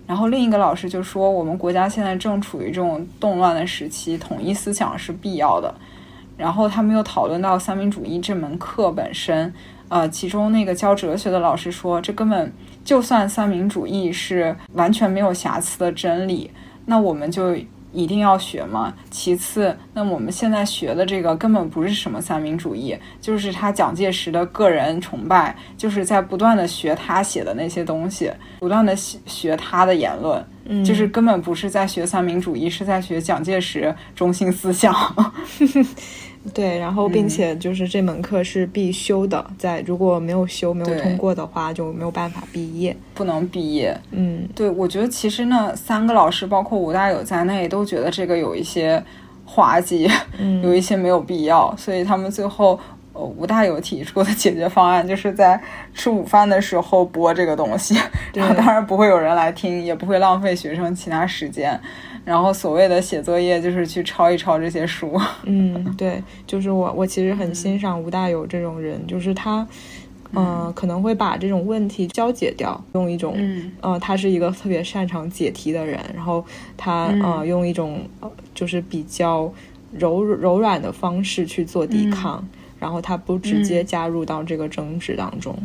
然后另一个老师就说，我们国家现在正处于这种动乱的时期，统一思想是必要的。然后他们又讨论到三民主义这门课本身，其中那个教哲学的老师说，这根本就算三民主义是完全没有瑕疵的真理，那我们就一定要学吗？其次，那我们现在学的这个根本不是什么三民主义，就是他蒋介石的个人崇拜，就是在不断的学他写的那些东西，不断的学他的言论，就是根本不是在学三民主义，是在学蒋介石中心思想。 对，然后并且就是这门课是必修的，如果没有修没有通过的话就没有办法毕业， 不能毕业。对，我觉得其实那3个老师包括吴大有在内都觉得这个有一些滑稽，有一些没有必要，所以他们最后吴大有提出的解决方案就是在吃午饭的时候播这个东西，然后当然不会有人来听，也不会浪费学生其他时间，然后所谓的写作业就是去抄一抄这些书。 对，就是我其实很欣赏吴大有这种人，就是他可能会把这种问题消解掉，用一种他是一个特别擅长解题的人，然后他用一种就是比较柔软的方式去做抵抗，然后他不直接加入到这个争执当中。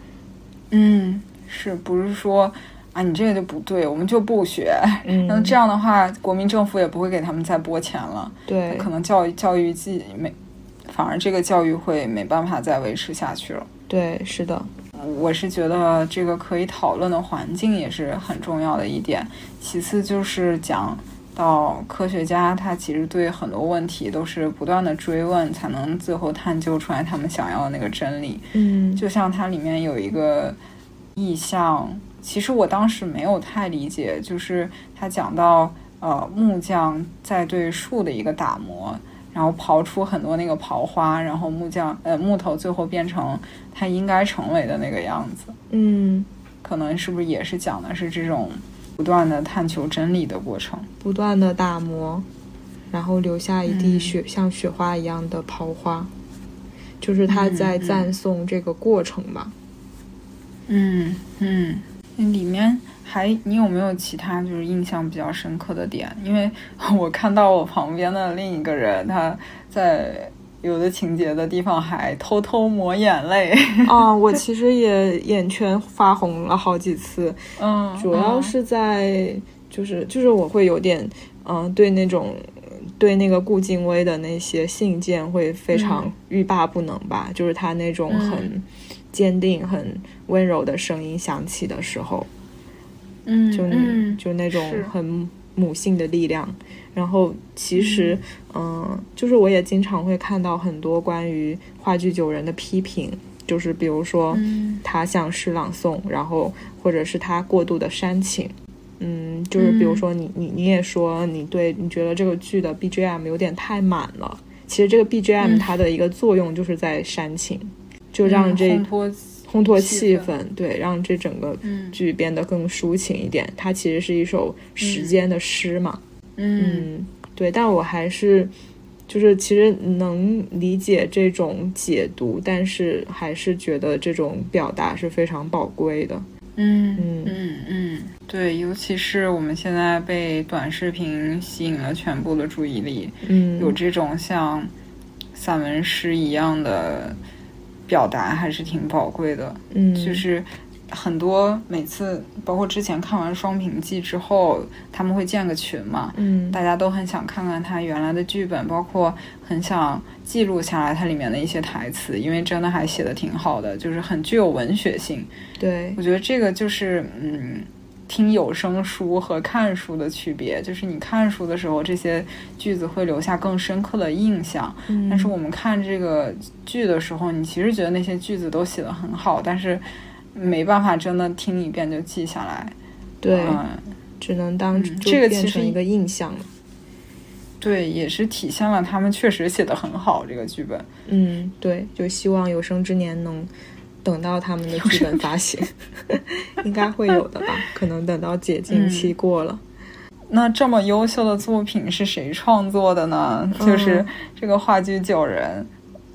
是不是说你这个就不对，我们就不学？那这样的话，国民政府也不会给他们再拨钱了。 对， 可能教育反而这个教育会没办法再维持下去了。 对，是的。 我是觉得这个可以讨论的环境也是很重要的一点。其次就是讲到科学家他其实对很多问题都是不断的追问，才能最后探究出来他们想要的那个真理。就像它里面有一个意象，其实我当时没有太理解，就是他讲到木匠在对树的一个打磨，然后刨出很多那个刨花，然后木头最后变成它应该成为的那个样子。可能是不是也是讲的是这种不断的探求真理的过程， 不断的打磨，然后留下一地像雪花一样的刨花，就是他在赞颂这个过程吧。 里面你有没有其他就是印象比较深刻的点？因为我看到我旁边的另一个人，他在有的情节的地方还偷偷抹眼泪。 我其实也眼圈发红了好几次。主要是在就是我会有点对那个顾静薇的那些信件会非常欲罢不能吧，就是他那种很坚定很温柔的声音响起的时候，就那种很母性的力量。然后其实就是我也经常会看到很多关于话剧9人的批评，就是比如说他像诗朗诵，然后或者是他过度的煽情。就是比如说你也说你觉得这个剧的 BGM 有点太满了，其实这个 BGM 它的一个作用就是在煽情，就让烘托气氛，对，让这整个剧变得更抒情一点。它其实是一首时间的诗嘛。对，但我还是就是其实能理解这种解读，但是还是觉得这种表达是非常宝贵的。 对，尤其是我们现在被短视频吸引了全部的注意力，有这种像散文诗一样的表达还是挺宝贵的。就是很多每次包括之前看完双屏记之后，他们会建个群嘛，大家都很想看看他原来的剧本，包括很想记录下来它里面的一些台词，因为真的还写得挺好的，就是很具有文学性。 对， 我觉得这个就是听有声书和看书的区别，就是你看书的时候这些句子会留下更深刻的印象，但是我们看这个剧的时候，你其实觉得那些句子都写得很好，但是没办法真的听一遍就记下来。 对，只能这个变成一个印象了。 对，也是体现了他们确实写得很好这个剧本。 对，就希望有生之年能等到他们的剧本发行。应该会有的吧，可能等到解禁期过了。 那这么优秀的作品是谁创作的呢？就是这个话剧9人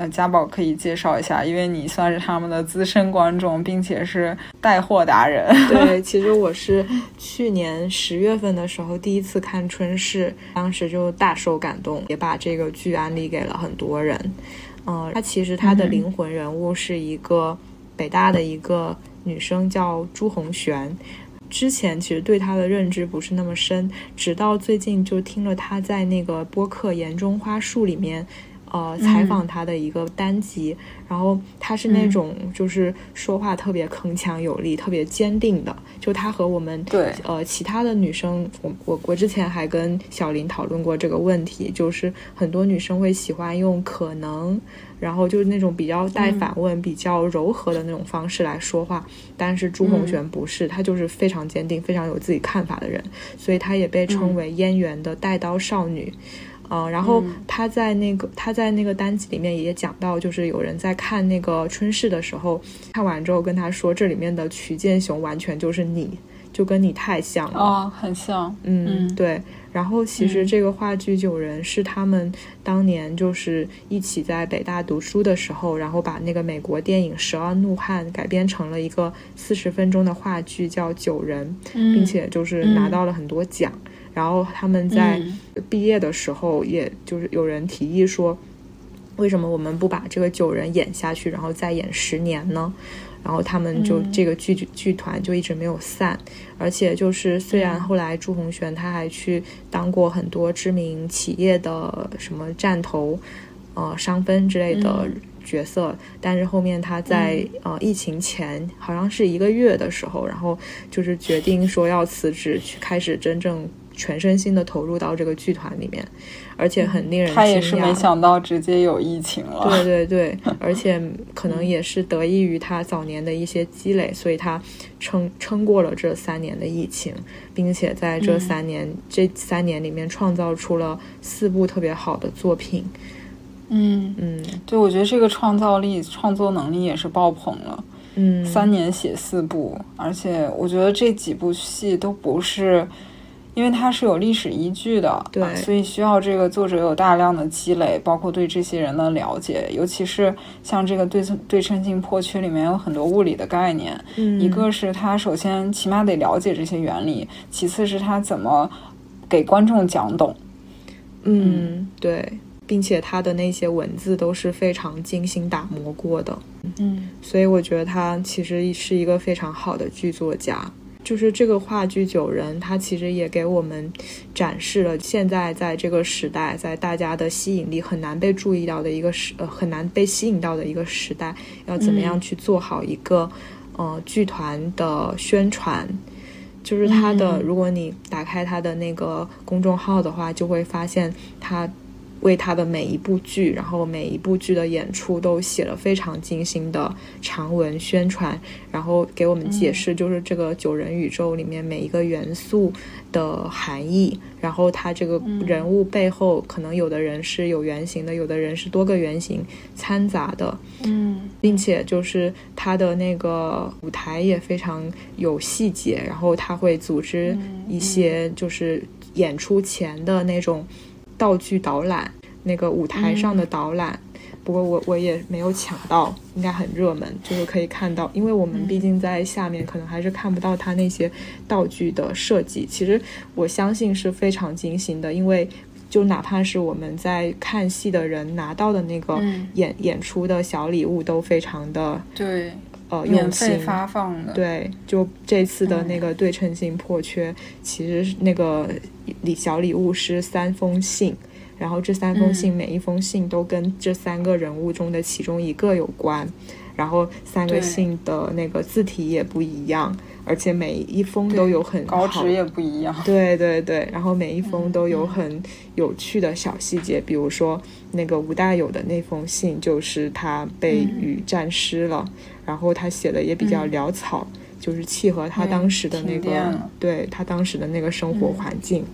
家宝可以介绍一下，因为你算是他们的资深观众，并且是带货达人。 对，其实我是去年10月份的时候第一次看春逝，当时就大受感动，也把这个剧安利给了很多人。他其实他的灵魂人物是一个北大的一个女生叫朱红璇，之前其实对她的认知不是那么深，直到最近就听了她在那个播客岩中花树里面采访她的一个单集，然后她是那种就是说话特别铿锵有力，特别坚定的，就她和我们其他的女生，我之前还跟小林讨论过这个问题，就是很多女生会喜欢用可能，然后就是那种比较带反问、比较柔和的那种方式来说话，但是朱红璇不是，她就是非常坚定、非常有自己看法的人，所以她也被称为燕园的带刀少女。然后她在那个单集里面也讲到，就是有人在看那个春逝的时候，看完之后跟她说，这里面的曲建雄完全就是你，就跟你太像了。 很像。 对。然后其实这个话剧9人是他们当年就是一起在北大读书的时候，然后把那个美国电影《十二怒汉》改编成了一个40分钟的话剧，叫9人，并且就是拿到了很多奖。然后他们在毕业的时候，也就是有人提议说，为什么我们不把这个9人演下去，然后再演10年呢？然后他们就这个剧团就一直没有散，而且就是虽然后来朱红璇他还去当过很多知名企业的什么站头商分之类的角色，但是后面他在疫情前好像是1个月的时候，然后就是决定说要辞职，去开始真正全身心的投入到这个剧团里面，而且很令人惊讶。 他也是没想到直接有疫情了。 对对对，而且可能也是得益于他早年的一些积累，所以他撑过了这3年的疫情，并且在这3年里面创造出了4部特别好的作品。 对，我觉得这个创作能力也是爆棚了。3年写4部，而且我觉得这几部戏都不是，因为它是有历史依据的， 对， 所以需要这个作者有大量的积累，包括对这些人的了解，尤其是像这个对称性破缺里面有很多物理的概念，一个是他首先起码得了解这些原理，其次是他怎么给观众讲懂。 对，并且他的那些文字都是非常精心打磨过的。所以我觉得他其实是一个非常好的剧作家。就是这个话剧9人，它其实也给我们展示了现在在这个时代，在大家的吸引力很难被注意到的一个很难被吸引到的一个时代，要怎么样去做好一个剧团的宣传。就是他的如果你打开他的那个公众号的话，就会发现他为他的每一部剧，然后每一部剧的演出都写了非常精心的长文宣传，然后给我们解释就是这个9人宇宙里面每一个元素的含义，然后他这个人物背后可能有的人是有原型的，有的人是多个原型掺杂的，并且就是他的那个舞台也非常有细节，然后他会组织一些就是演出前的那种道具导览，那个舞台上的导览，不过我也没有抢到，应该很热门，就是可以看到，因为我们毕竟在下面可能还是看不到它那些道具的设计，其实我相信是非常精心的，因为就哪怕是我们在看戏的人拿到的那个演出的小礼物都非常的对用心， 免费发放的。 对，就这次的那个对称性破缺，其实那个小礼物是3封信，然后这3封信每一封信都跟这3个人物中的其中一个有关，然后3个信的那个字体也不一样，而且每一封都有很稿纸也不一样。 对对对，然后每一封都有很有趣的小细节，比如说那个吴大有的那封信就是他被雨沾湿了，然后他写的也比较潦草，就是契合他当时的那个对他当时的那个生活环境。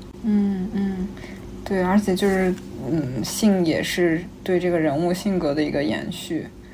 对，而且就是信也是对这个人物性格的一个延续。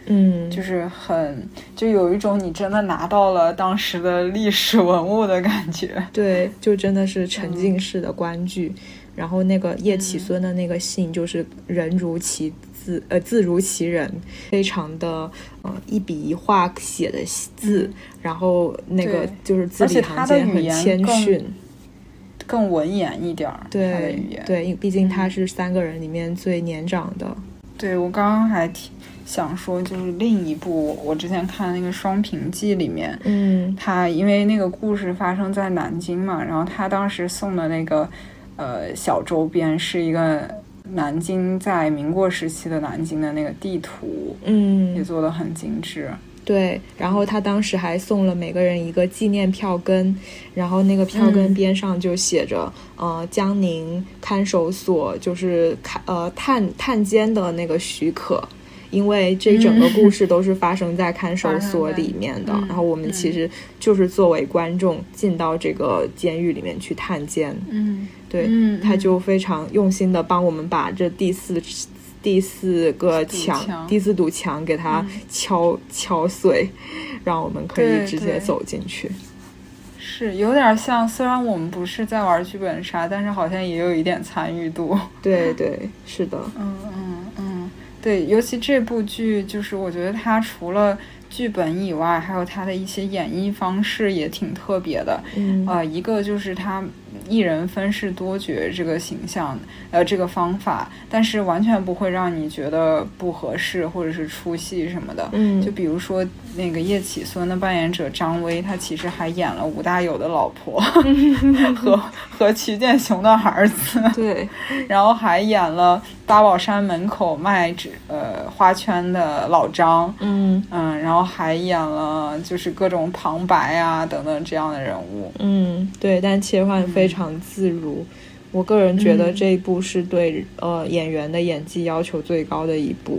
就是就有一种你真的拿到了当时的历史文物的感觉。 对，就真的是沉浸式的观剧。然后那个叶启孙的那个信就是人如其字如其人，非常的一笔一画写的字，然后那个就是字里行间很谦逊， 更文言一点。 对， 他的语言， 对，毕竟他是3个人里面最年长的。 对，我刚刚还想说，就是另一部我之前看那个《双平记》里面，他因为那个故事发生在南京嘛，然后他当时送的那个小周边是一个南京在民国时期的南京的那个地图，也做得很精致。 对，然后他当时还送了每个人一个纪念票根，然后那个票根边上就写着江宁看守所就是探监的那个许可，因为这整个故事都是发生在看守所里面的，然后我们其实就是作为观众进到这个监狱里面去探监。对，他就非常用心的帮我们把这第四堵墙给它敲碎，让我们可以直接走进去。 是有点像，虽然我们不是在玩剧本杀，但是好像也有一点参与度。 对对，是的。 对，尤其这部剧，就是我觉得它除了剧本以外，还有它的一些演绎方式也挺特别的。一个就是它一人分饰多角这个形象，这个方法，但是完全不会让你觉得不合适或者是出戏什么的。就比如说那个叶启孙的扮演者张薇，他其实还演了吴大有的老婆和瞿建雄的儿子。 对， 然后还演了八宝山门口卖花圈的老张。然后还演了就是各种旁白啊等等这样的人物。 对，但切换非常自如。我个人觉得这一部是对演员的演技要求最高的一部。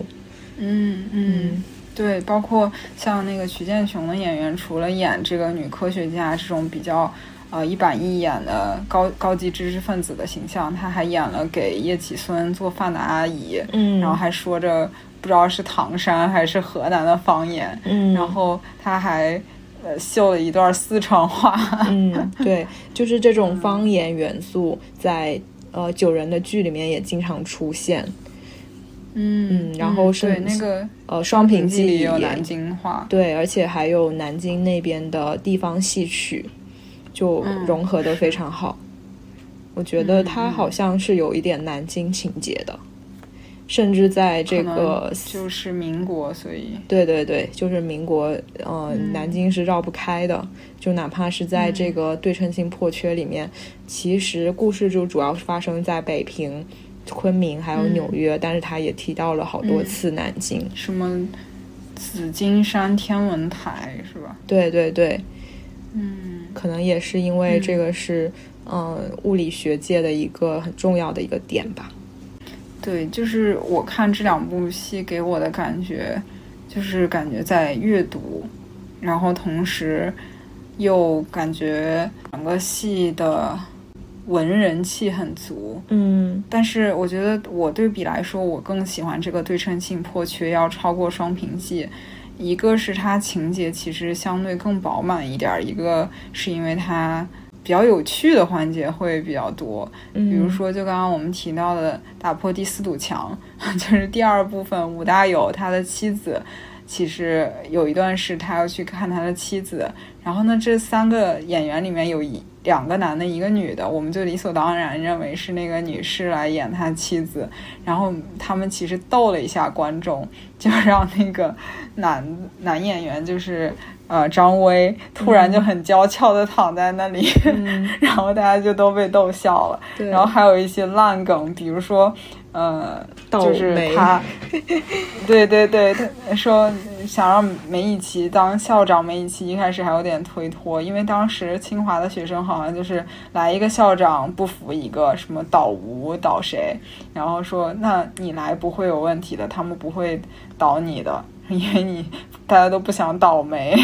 对，包括像那个瞿建雄的演员，除了演这个女科学家这种比较一板一眼的高级知识分子的形象，他还演了给叶启孙做饭的阿姨。然后还说着不知道是唐山还是河南的方言。然后他还秀了一段四川话。 对，就是这种方言元素在9人的剧里面也经常出现。然后是对那个双平记里有南京话。 对，而且还有南京那边的地方戏曲，就融合得非常好。我觉得它好像是有一点南京情节的，甚至在这个就是民国，所以对对对，就是民国，南京是绕不开的。就哪怕是在这个对称性破缺里面，其实故事就主要发生在北平、昆明还有纽约，但是他也提到了好多次南京， 什么紫金山天文台是吧？ 对对对。可能也是因为这个是物理学界的一个很重要的一个点吧。 对，就是我看这2部戏给我的感觉，就是感觉在阅读，然后同时又感觉整个戏的文人气很足。但是我觉得我对比来说，我更喜欢这个对称性破缺要超过双平记。一个是它情节其实相对更饱满一点，一个是因为它比较有趣的环节会比较多。比如说就刚刚我们提到的打破第4堵墙，就是第2部分武大有他的妻子，其实有一段是他要去看他的妻子，然后呢这3个演员里面有2个男的1个女的，我们就理所当然认为是那个女士来演他妻子，然后他们其实逗了一下观众，就让那个男演员就是张薇突然就很娇俏的躺在那里，然后大家就都被逗笑了。然后还有一些烂梗，比如说就是他对对对，他说想让梅贻琦当校长，梅贻琦一开始还有点推脱，因为当时清华的学生好像就是来一个校长不服一个，什么倒吴倒谁，然后说那你来不会有问题的，他们不会倒你的，因为大家都不想倒霉。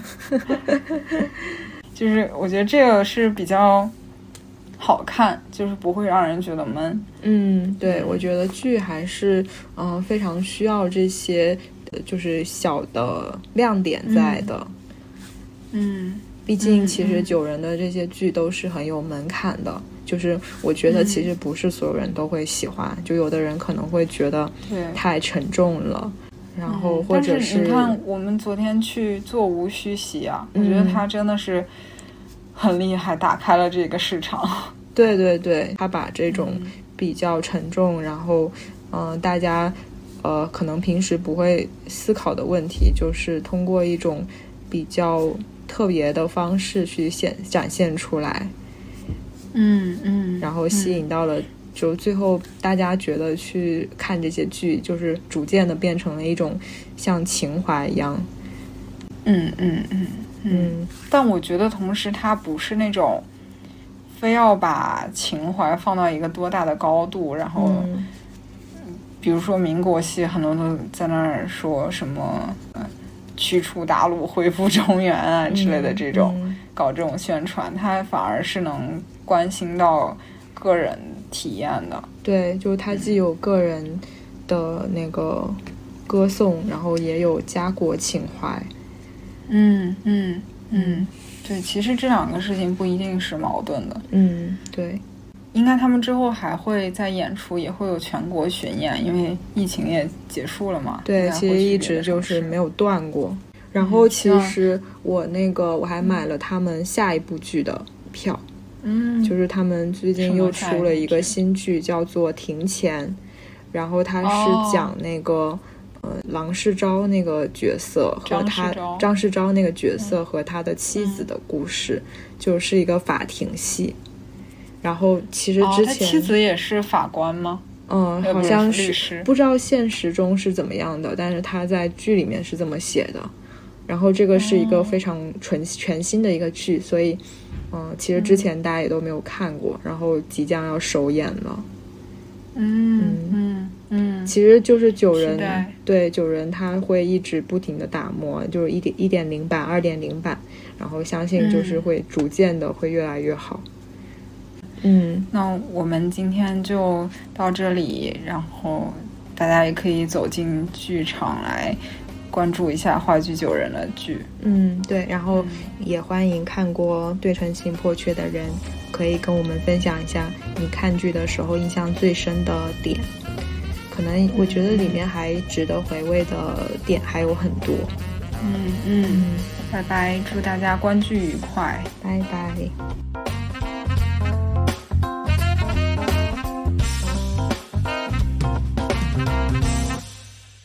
就是我觉得这个是比较好看，就是不会让人觉得闷。 对，我觉得剧还是非常需要这些就是小的亮点在的。毕竟其实九人的这些剧都是很有门槛的，就是我觉得其实不是所有人都会喜欢，就有的人可能会觉得太沉重了，然后或者是你看我们昨天去做无需席啊，我觉得他真的是很厉害，打开了这个市场。 对对对，他把这种比较沉重，然后大家可能平时不会思考的问题，就是通过一种比较特别的方式去展现出来。然后吸引到了就最后大家觉得去看这些剧就是逐渐的变成了一种像情怀一样。 但我觉得同时它不是那种非要把情怀放到一个多大的高度，然后比如说民国戏很多都在那儿说什么驱除鞑虏恢复中原啊之类的，这种搞这种宣传，它反而是能关心到个人体验的。对， 就是它既有个人的那个歌颂，然后也有家国情怀。 对，其实这两个事情不一定是矛盾的。 对， 应该他们之后还会再演出，也会有全国巡演，因为疫情也结束了嘛。 对，其实一直就是没有断过。然后其实我还买了他们下一部剧的票。就是他们最近又出了一个新剧叫做《庭前》，然后他是讲那个郎世昭那个角色和张世昭那个角色和他的妻子的故事，就是一个法庭戏。然后其实之前他妻子也是法官吗？ 好像是，不知道现实中是怎么样的，但是他在剧里面是这么写的。然后这个是一个非常全新的一个剧，所以其实之前大家也都没有看过，然后即将要首演了。其实就是九人，对，九人他会一直不停的打磨，就是1.0版、2.0版，然后相信就是会逐渐的会越来越好。 那我们今天就到这里，然后大家也可以走进剧场来关注一下话剧九人的剧。 对，然后也欢迎看过对称性迫缺的人可以跟我们分享一下你看剧的时候印象最深的点，可能我觉得里面还值得回味的点还有很多。 拜拜，祝大家观剧愉快， 拜拜。